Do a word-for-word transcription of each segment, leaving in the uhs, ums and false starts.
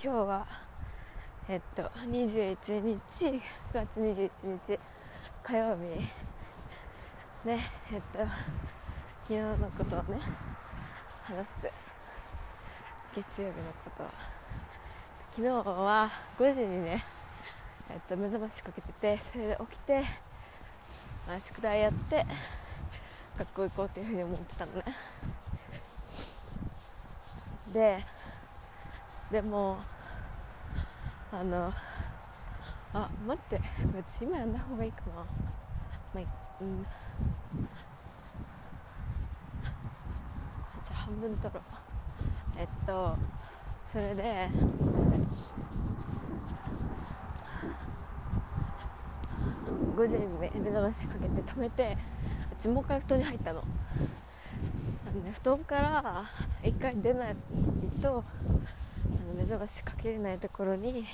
今日はえっとにじゅういちにちくがつにじゅういちにち火曜日ね。えっと昨日のことをね話す。月曜日のことは昨日はごじにね、えっと、目覚ましかけてて、それで起きて、まあ、宿題やって学校行こうっていうふうに思ってたのね。ででもあのあ待って、これ今やんだ方がいいかな。まあ、うん、じゃあ半分取ろう。えっとそれでごじに目覚ましかけて止めて、もう一回布団に入ったの。あの、ね、布団から一回出ないとあの目覚ましかけれないところに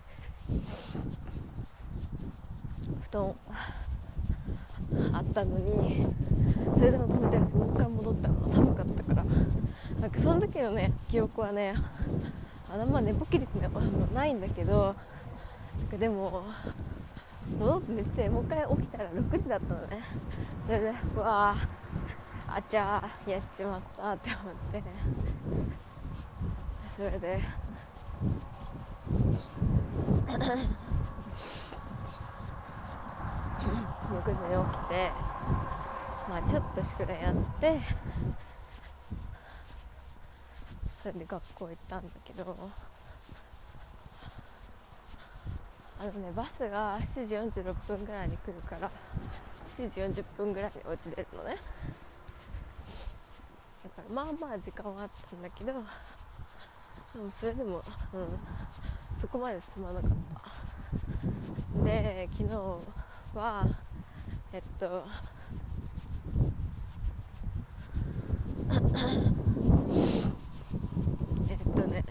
布団あったのに、それでも止めたやつもう一回戻ったの。寒かったから。なんかその時のね記憶はね、あのまあ寝ぼけりって、ね、ないんだけど、でも戻って寝てもう一回起きたらろくじだったのね。それでうわーあちゃーやっちまったって思って、それでろくじに起きて、まあちょっと宿題やって、それで学校行ったんだけど、あのねバスがしちじよんじゅうろっぷんぐらいに来るからしちじよんじゅっぷんぐらいにお家出るのね。だからまあまあ時間はあったんだけど、でもそれでも、うん、そこまで進まなかった。で昨日はえっとえっとね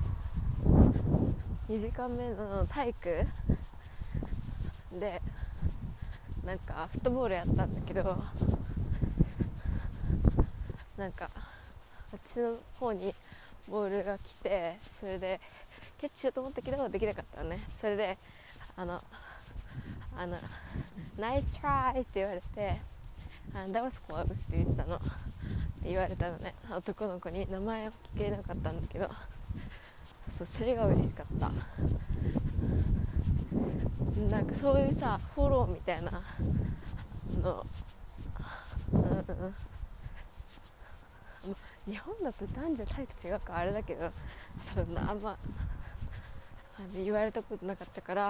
にじかんめの体育でなんかフットボールやったんだけど、なんかあっちの方にボールが来て、それでキャッチしようと思ったけどできなかったのね。それであのあのナイストライって言われて、あのダマスコはブスって言ったの言われたのね。男の子に名前を聞けなかったんだけど、そう、それが嬉しかった。なんかそういうさフォローみたいなの、うん、日本だと男女体育違うからあれだけど、そんなあんまあの言われたことなかったから、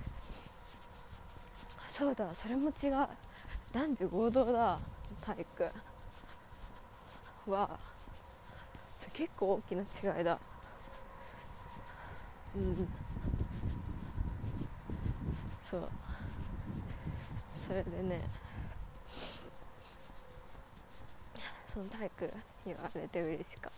そうだそれも違う、男女合同だ。体育は結構大きな違いだ。うん、そうそれでね、その体育言われて嬉しかった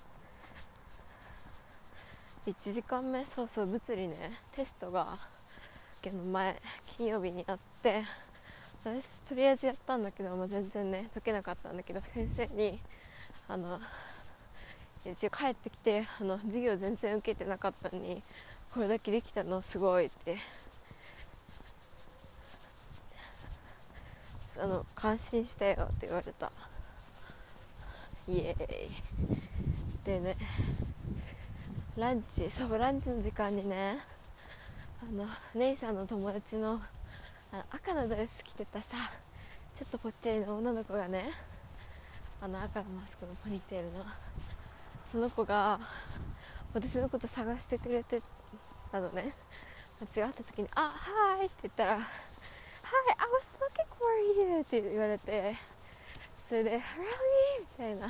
。いちじかんめ、そうそう物理ね、テストがけの前金曜日にあって、私とりあえずやったんだけど、まあ、全然ね解けなかったんだけど、先生にあの一応帰ってきて、あの授業全然受けてなかったのにこれだけできたのすごいってあの感心したよって言われた。イエーイでね、ランチそうランチの時間にね、あの姉さんの友達のあの赤のドレス着てたさ、ちょっとぽっちゃりの女の子がね、あの赤のマスクのポニーテールのその子が私のこと探してくれてたのね。間違った時にあはいって言ったら、はい I was looking for you って言われて、それで Really? みたいな、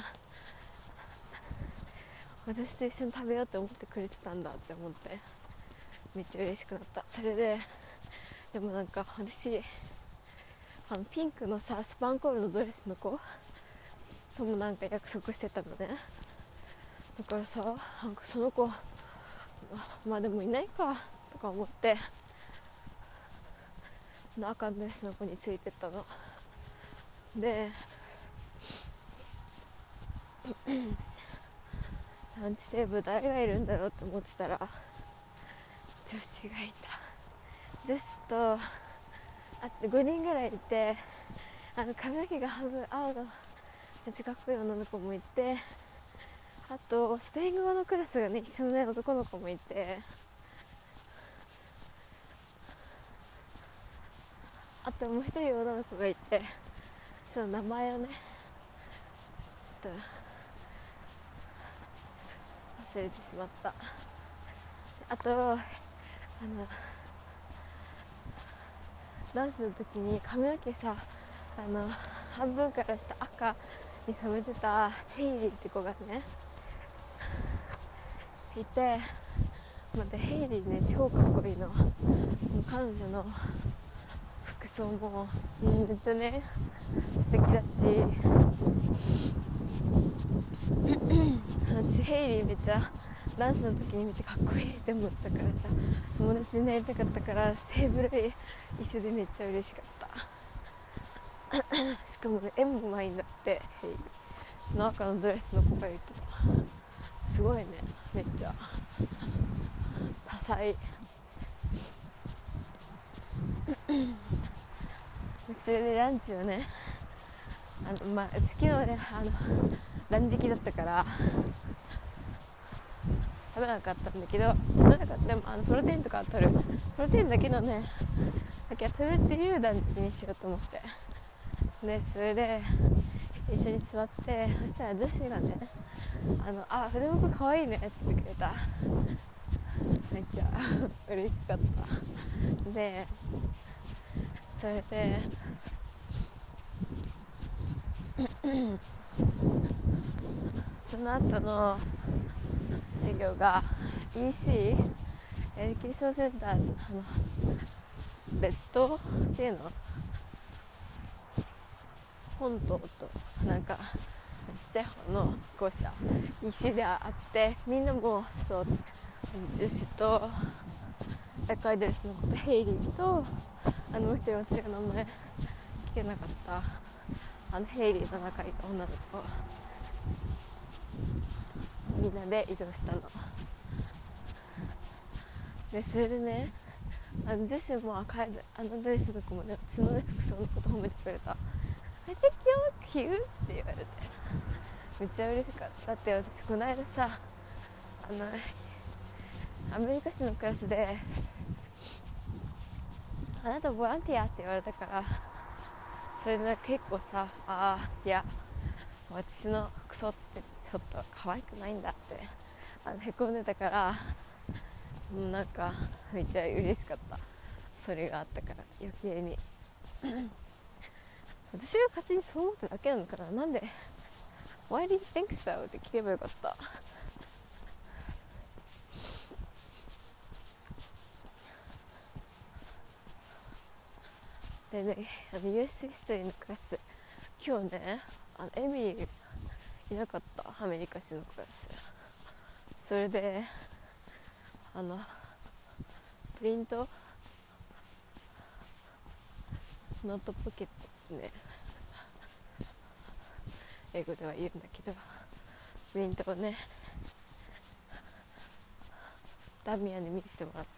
私と一緒に食べようって思ってくれてたんだって思ってめっちゃ嬉しくなった。それででもなんか私あのピンクのさスパンコールのドレスの子ともなんか約束してたのね。だからさ、なんかその子まあでもいないかとか思って赤のドレスの子についてったのでランチテーブル誰がいるんだろうって思ってたら女子がいた。女子とあってごにんぐらいいて、あの髪の毛が半分青のめっちゃかっこいい女の子もいて、あとスペイン語のクラスがね一緒の、ね、男の子もいて、あともう一人女の子がいて、その名前をねちょっと忘れてしまった。あとあのダンスの時に髪の毛さ、あの半分から下赤に染めてたヘイリーって子がねいて、またヘイリーね超かっこいいの。もう彼女の服装も、うん、めっちゃね素敵だし私ヘイリーめっちゃダンスの時にめっちゃかっこいいって思ったからさ、友達になりたかったからテーブル一緒でめっちゃ嬉しかったしかもね絵もうまいんだってヘイリー。その赤のドレスの子がいるとすごいね、めっちゃ多彩それでランチをね、あのまあ昨日ねあの断食だったから食べなかったんだけど、食べなかったでもあのプロテインとか取る、プロテインだけのねだけは取るっていう断食にしようと思って、でそれで一緒に座って、そしたら女子がねあのあ筆箱かわいいねって言ってくれた。めっちゃ嬉しかった。でそれでその後の授業が イーシー エレキションセンターの別棟っていうの本島となんかちっちゃい方の校舎 イーシー であって、みんなもそう女子と赤いドレスの子とヘイリーとあのもう一人私が名前聞けなかったあのヘイリーの仲いい女の子みんなで移動したので、それでねあの女子も赤いあのドレスの子もねうちの、ね、服装のこと褒めてくれた。I think you're cute って言われてめっちゃ嬉しかった。だって私この間さあのアメリカ史のクラスであなたボランティアって言われたから、それで結構さあーいや私のクソってちょっと可愛くないんだってあのへこんでたから、もうなんかめっちゃ嬉しかった。それがあったから余計に私が勝手にそう思っただけなのかな。なんで Why do you think so? って聞けばよかった。でね、あの ユーエス ヒストリーのクラス今日ねあのエミリーいなかった。アメリカ史のクラス。それであのプリントノートポケットね英語では言うんだけど、プリントをねダミアンに見せてもらった。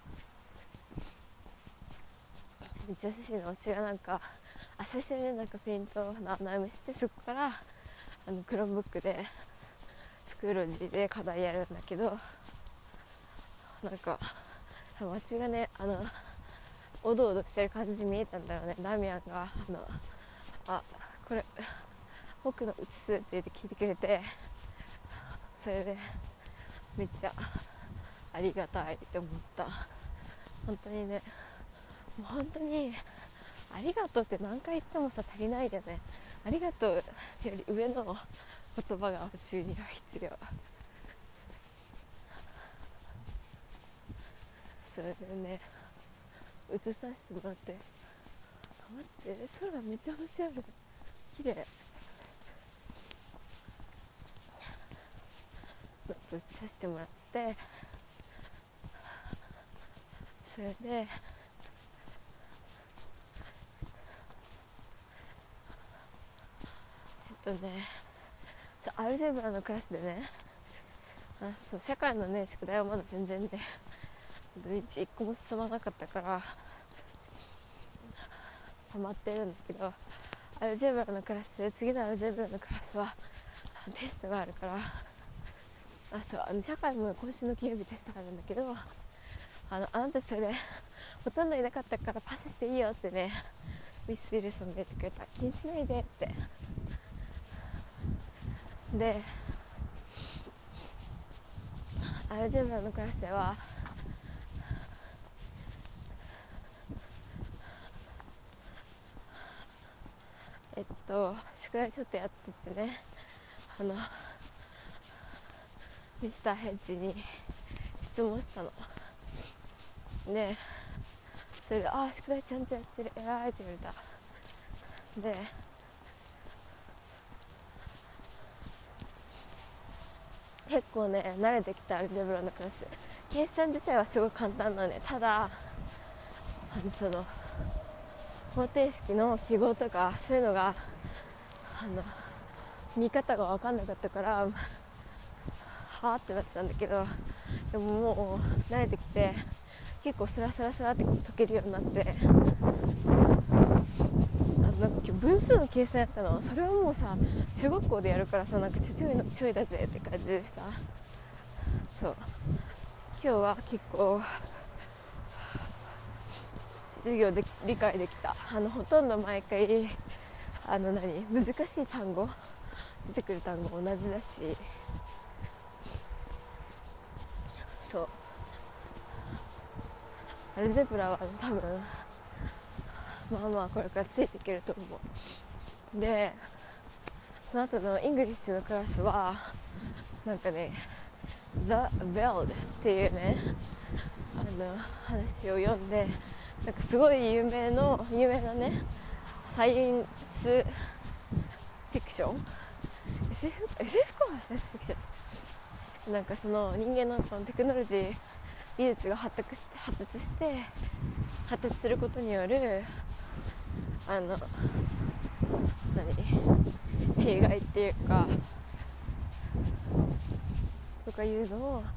女子のうちがなんか最初になんかペイントの穴埋めして、そこからあのクロームブックでスクーロジーで課題やるんだけど、なんかうちがねあのおどおどしてる感じに見えたんだろうね。ダミアンがあのあこれ僕の写すって言って聞いてくれて、それでめっちゃありがたいって思った。本当にね、もう本当にありがとうって何回言ってもさ足りないよね。ありがとうより上の言葉が宇宙には必要。それでね映させてもらって、待って空めっちゃ星ある、綺麗。映させてもらって、それでえっとねアルジェブラのクラスでねあそう社会のね宿題はまだ全然ね土日いっこも進まなかったから溜まってるんだけど、アルジェブラのクラス、次のアルジェブラのクラスはテストがあるから、あそうあの社会も今週の金曜日テストあるんだけど、あのあなたそれほとんどいなかったからパスしていいよってねミス・ウィルソンが言ってくれた。気にしないでって。でアルジェブラのクラスではえっと宿題ちょっとやっててね、あのミスターヘッジに質問したので、それであ宿題ちゃんとやってる偉いって言われた。で結構ね慣れてきたアルジェブラのクラス、計算自体はすごい簡単なね、ただあのその方程式の記号とかそういうのがあの見方が分かんなかったからはーってなってたんだけど、でももう慣れてきて結構スラスラスラって解けるようになって、あのなんか今日分数の計算やったの、それはもうさ中学校でやるからさ、なんかちょちょいのちょいだぜって感じでさ、そう今日は結構授業で理解できた。あのほとんど毎回あの何難しい単語出てくる単語同じだし、そうアルジェブラは多分まあまあこれからついていけると思う。でその後のイングリッシュのクラスはなんかね The Bell っていうねあの話を読んで、なんかすごい有名の有名なねサイエンスフィクション エスエフ エスエフ かサイエンスフィクション、なんかその人間のそのテクノロジー技術が発達して発達して発達することによるあの何弊害っていうかとかいうのを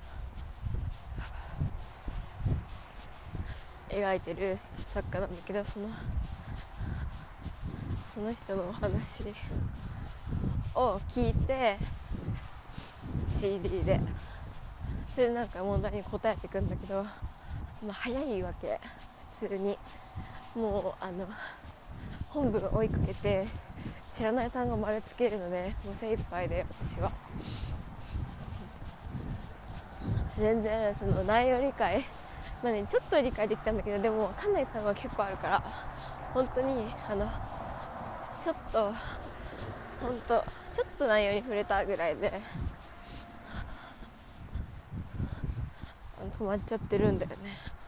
描いてる作家なんだけど、そのその人のお話を聞いて シーディー でそれでなんか問題に答えていくんだけど、まあ、早いわけ普通にもうあの本文追いかけて知らない単語丸つけるのでもう精一杯で私は全然その内容理解まあねちょっと理解できたんだけど、でも分かんない単語が結構あるから本当にあのちょっと本当ちょっと内容に触れたぐらいで止まっちゃってるんだよね。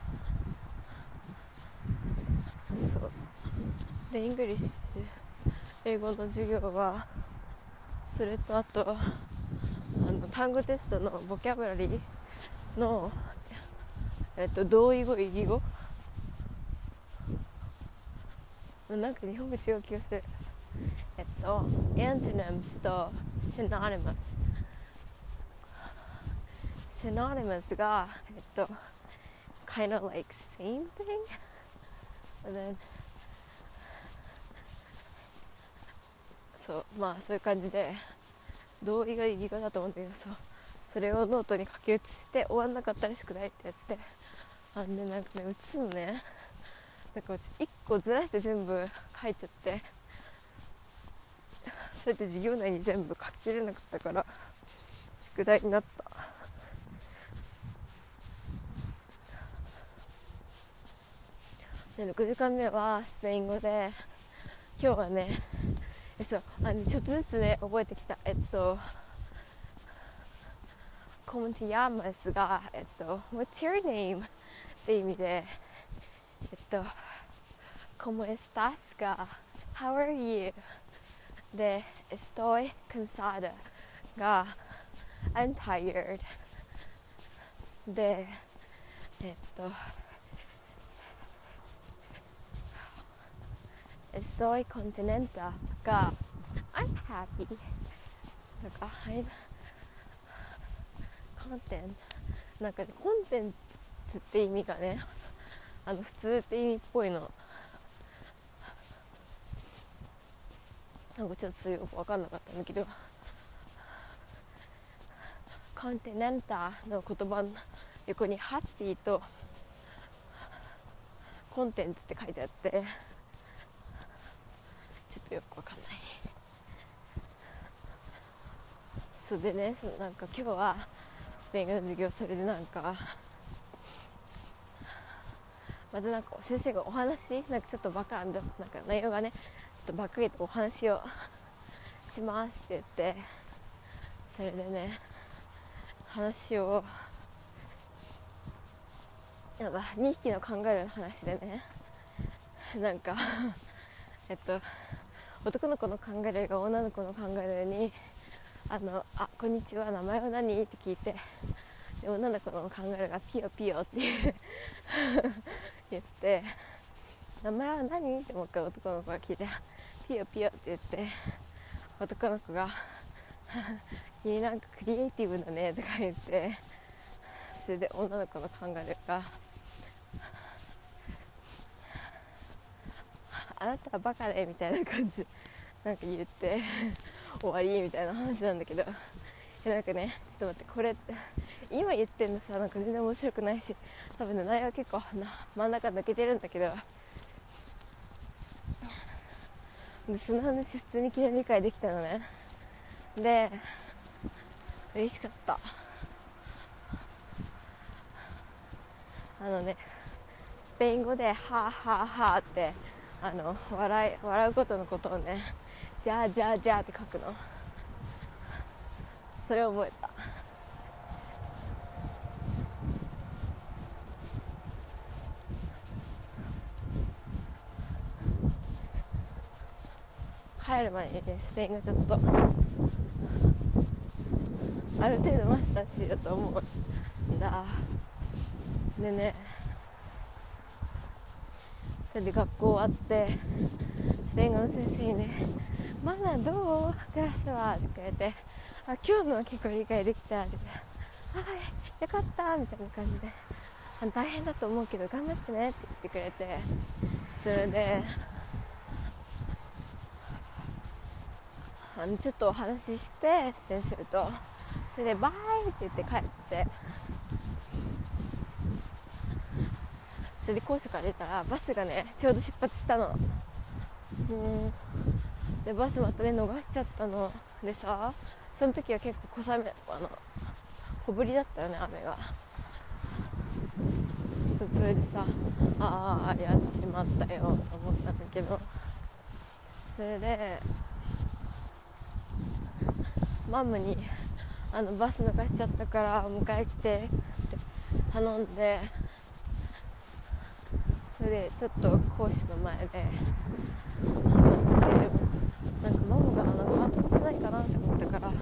そうでイングリッシュ英語の授業はそれとあとあの単語テストのボキャブラリーの、えっと、同意語異義語なんか日本語違う気がする。えっと antonyms と synonymous synonymous がえっと kind of like same thing and then そうまあそういう感じで同意が異義語だと思うんだけど、そうそれをノートに書き写して終わんなかったらしくないってやつで、あんでなんかね写すのね、なんかいっこずらして全部書いちゃってそれで授業内に全部書ききれなかったから宿題になった。でろくじかんめはスペイン語で、今日はねえそうあのちょっとずつね覚えてきた。えっとコムティヤマスがえっと What's your name? って意味で、えっと Como estás? が How are you? で Estoy cansada が I'm tired でえっとEstoy contenta が I'm happy なんか I'm ンテンツなんかね、コンテンツって意味がね、あの普通って意味っぽいの。なんかちょっとよく分かんなかったんだけど、コンテナンタの言葉の横にハッピーとコンテンツって書いてあって、ちょっとよく分かんない。そうでね、そのなんか今日はスペイン語の授業、それでなんかまたなんか先生がお話なんかちょっとバカなんだ、なんか内容がねちょっとバカげてお話をしますって言って、それでね話をなんかにひきのカンガルーの話でね、なんかえっと男の子のカンガルーが女の子のカンガルーにあのあこんにちは名前は何って聞いて、で女の子のカンガルーがピヨピヨって言って名前は何ってもう一回男の子が聞いてピヨピヨって言って、男の子が君なんかクリエイティブだねとか言って、それで女の子のカンガルーがあなたはバカねみたいな感じでなんか言って終わりみたいな話なんだけど、なんかねちょっと待って、これって今言ってんのさ、なんか全然面白くないし、多分ね内容は結構な真ん中抜けてるんだけど、でその話普通に昨日理解できたのね。で嬉しかった。あのねスペイン語でハーハーハーってあの笑い笑うことのことをね、じゃあじゃあじゃあって書くの。それを覚えた。帰る前にねスペイン語ちょっとある程度マスターしようと思うんだ。でね、それで学校終わってスペイン語の先生にね、マナどうクラスはって言われて、あ今日のは結構理解できたって言って、はいよかったみたいな感じで、あ大変だと思うけど頑張ってねって言ってくれて、それであのちょっとお話しして先生と、それでバイって言って帰って、それで校舎から出たらバスがねちょうど出発したの。うんでバスまたね逃しちゃったのでさ、その時は結構小雨、あの小降りだったよね雨が。それでさああやっちまったよと思ったんだけど、それでマムにあのバス逃しちゃったから迎え来てって頼んで、それでちょっと講師の前でなんかマムがなんかまとまってないかなって思ったから、なんか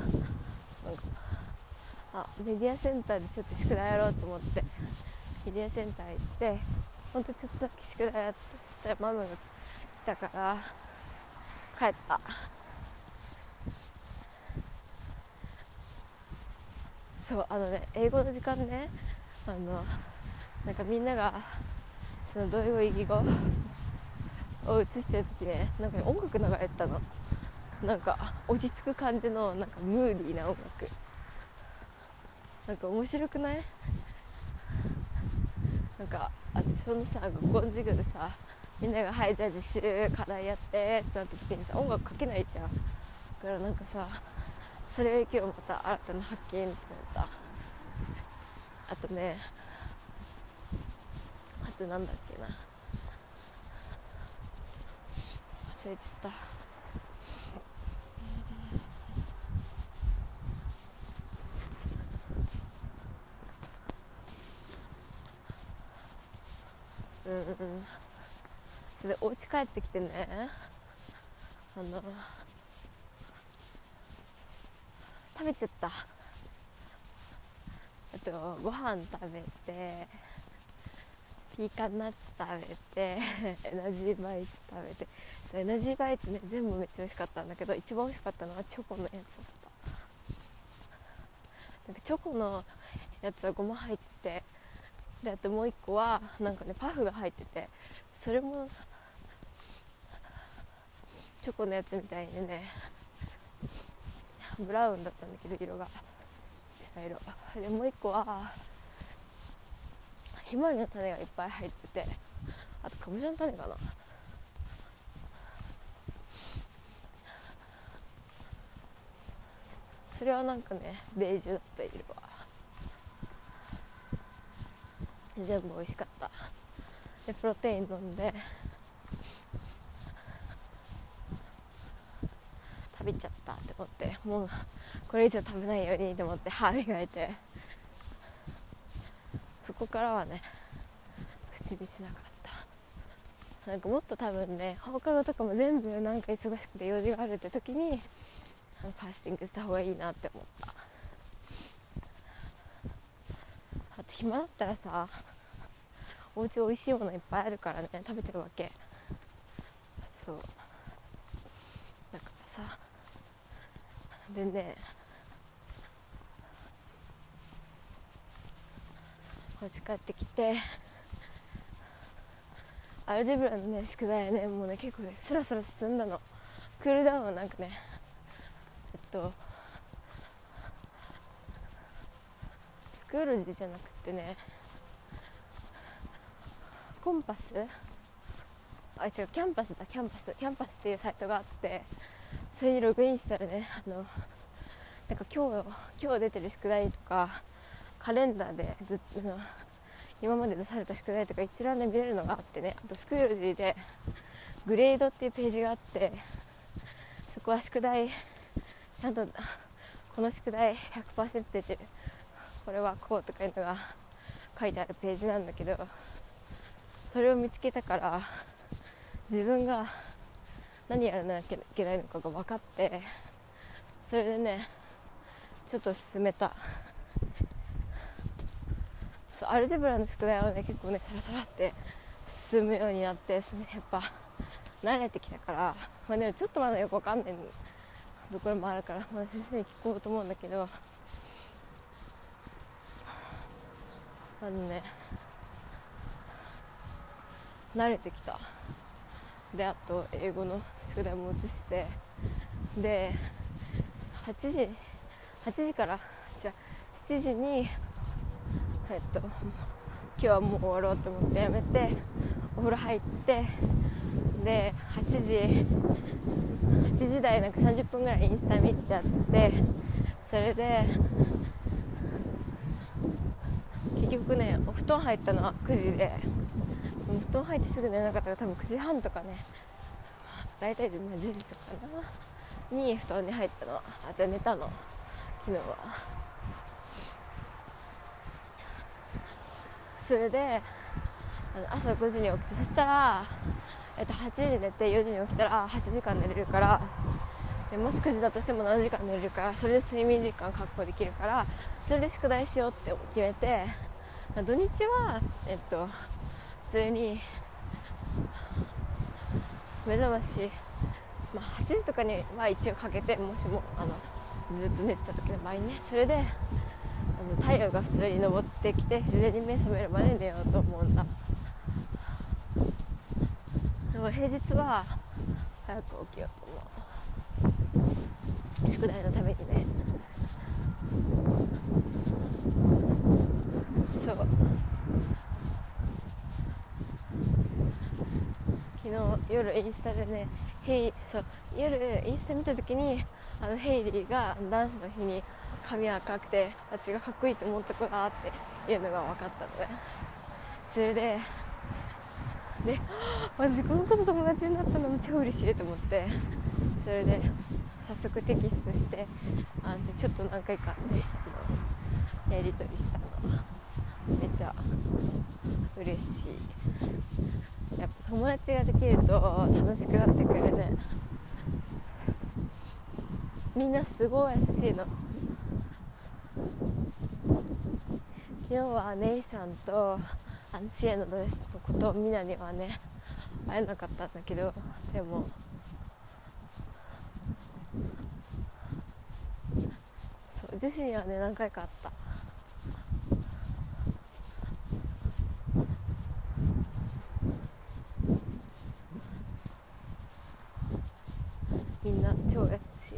あメディアセンターでちょっと宿題やろうと思ってメディアセンター行って、ほんとちょっとだけ宿題やって、そしたらマムが来たから帰った。そうあのね英語の時間ね、あのなんかみんながその同意語異義語を映してる時ね、なんか、ね、音楽流れてたの。なんか落ち着く感じのなんかムーディーな音楽、なんか面白くない？なんかあそのさ学校の授業でさ、みんながはいじゃあ実習課題やってってなった時にさ音楽かけないじゃん。だからなんかさそれを今日また新たな発見って思った。あとねあとなんだっけな、忘れちゃった。うんうん、それでお家帰ってきてね、あの食べちゃった。あとご飯食べてピーカンナッツ食べてエナジーバイツ食べて、エナジーバイツね全部めっちゃ美味しかったんだけど、一番美味しかったのはチョコのやつだった。なんかチョコのやつはごま入ってて、であともう一個はなんかねパフが入ってて、それもチョコのやつみたいにねブラウンだったんだけど、色が茶色で、もう一個はひまわりの種がいっぱい入ってて、あとかぼちゃの種かな。それはなんかねベージュだった色は全部美味しかった。でプロテイン飲んで食べちゃったって思って、もうこれ以上食べないようにと思って歯磨いて、そこからはね口にしなかった。なんかもっと多分ね放課後とかも全部なんか忙しくて用事があるって時にファスティングした方がいいなって思った。あと暇だったらさ、お家美味しいものいっぱいあるからね食べちゃうわけ。そうだからさ、でねお家帰ってきてアルジブラのね宿題ねもうね結構ねスラスラ進んだの。クールダウンはなんかねえっとスクールジじゃなくてねコンパスあ違うキャンパスだキャンパスキャンパスっていうサイトがあって、それにログインしたらねあのなんか今日今日出てる宿題とかカレンダーでずっと今まで出された宿題とか一覧で見れるのがあってね、あとスクールジーでグレードっていうページがあって、そこは宿題ちゃんとこの宿題 ひゃくパーセント 出てる、これはこうとかいうのが書いてあるページなんだけど、それを見つけたから自分が何やらなきゃいけないのかが分かって、それでねちょっと進めた。そうアルジブラの宿題はね結構ねサラサラって進むようになって、それやっぱ慣れてきたから、まあねちょっとまだよく分かんないところもあるから、まだ先生に聞こうと思うんだけど、あのね慣れてきた。であと英語の宿題も移して、ではちじはちじからじゃしちじにえっと今日はもう終わろうと思ってやめてお風呂入って、ではちじはちじ台なんかさんじゅっぷんぐらいインスタ見ちゃって、それで結局ねお布団入ったのはくじで、布団入ってすぐ寝なかったから多分くじはんとかね、だいたいじゅうじとかなに布団に入ったの。あじゃあ寝たの昨日は。それであの朝ごじに起きて、そしたら、えっと、はちじに寝てよじに起きたらはちじかん寝れるから、でもしくじだとしてもななじかん寝れるから、それで睡眠時間確保できるから、それで宿題しようって決めて、土日はえっと普通に目覚まし、まあ、はちじとかには一応かけて、もしもあのずっと寝てた時の場合ね、それであの太陽が普通に昇ってきて自然に目覚めるまで寝ようと思うんだ。でも平日は早く起きようと思う、宿題のためにね。そう昨日夜インスタでねヘイそう夜インスタ見た時にあのヘイリーが男子の日に髪赤くてあっちがかっこいいと思った子だっていうのが分かったのね。それでで私この子と友達になったのも超嬉しいと思って、それで早速テキストしてあのちょっと何回かねやり取りしたのめっちゃ嬉しい。やっぱ友達ができると楽しくなってくるね。みんなすごい優しいの。昨日はネイさんとあのシエのドレスの子とミナにはね会えなかったんだけど、でもそう女子にはね何回か会った。 な超やし、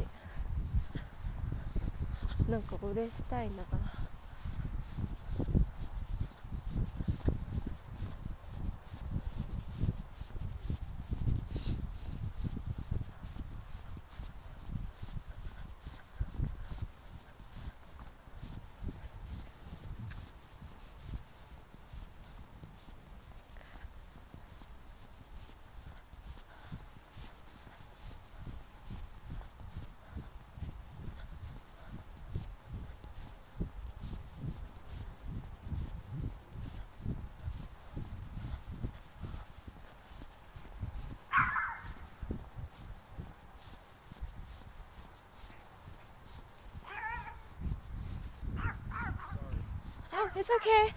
なんかこれしたいな。Oh, it's okay.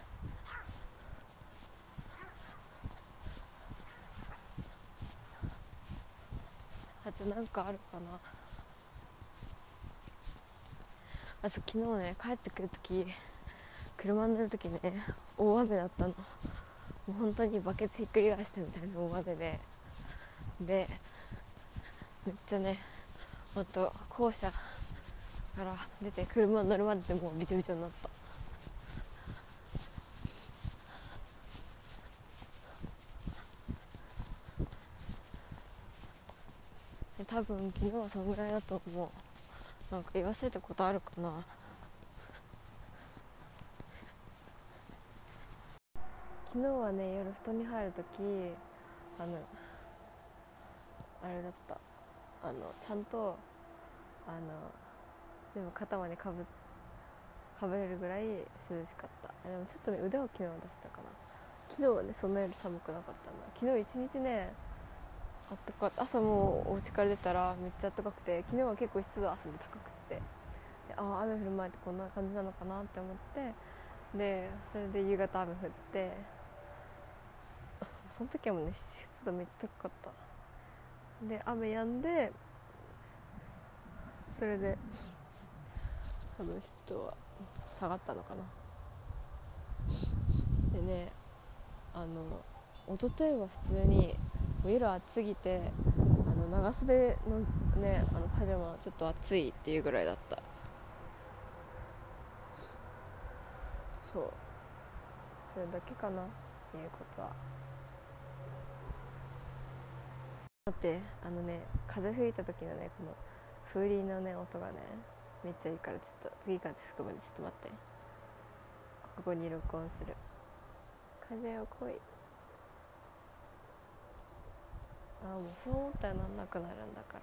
あとなんかあるかな。あ、そう、昨日ね帰ってくるとき、車に乗るときね、大雨だったの。もう本当にバケツひっくり返したみたいな大雨で、でめっちゃね、ほんと校舎から出て車に乗るまででもうびちょびちょになった。で多分昨日はそのぐらいだと思う。なんか言わせたことあるかな。昨日はね、夜布団に入るとき、あのあれだった、あのちゃんとあの全部肩までかぶかぶれるぐらい涼しかった。でもちょっとね腕を昨日は出したかな。昨日はねそんなより寒くなかったんだ。昨日一日ねあったかかった。朝もうお家から出たらめっちゃあったかくて、昨日は結構湿度朝で高くって、でああ雨降る前ってこんな感じなのかなって思って、でそれで夕方雨降って、その時はもうね湿度めっちゃ高かった。で雨止んで、それで多分湿度は下がったのかな。でね、あの一昨日は普通に夜暑すぎて、あの長袖のね、あのパジャマちょっと暑いっていうぐらいだった。そう、それだけかな、言うことは。待って、あのね風吹いた時のねこの風鈴のね音がねめっちゃいいから、ちょっと次風吹くまでちょっと待って、ここに録音する。風を来い。あ、もうそう思ったらなんなくなるんだから。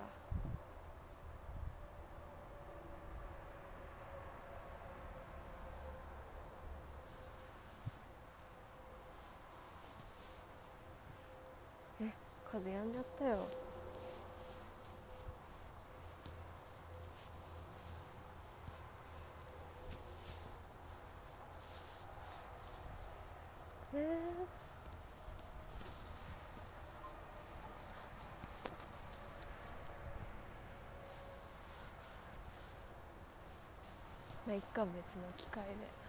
え、風止んじゃったよ。えー、まあいっか、別の機会で。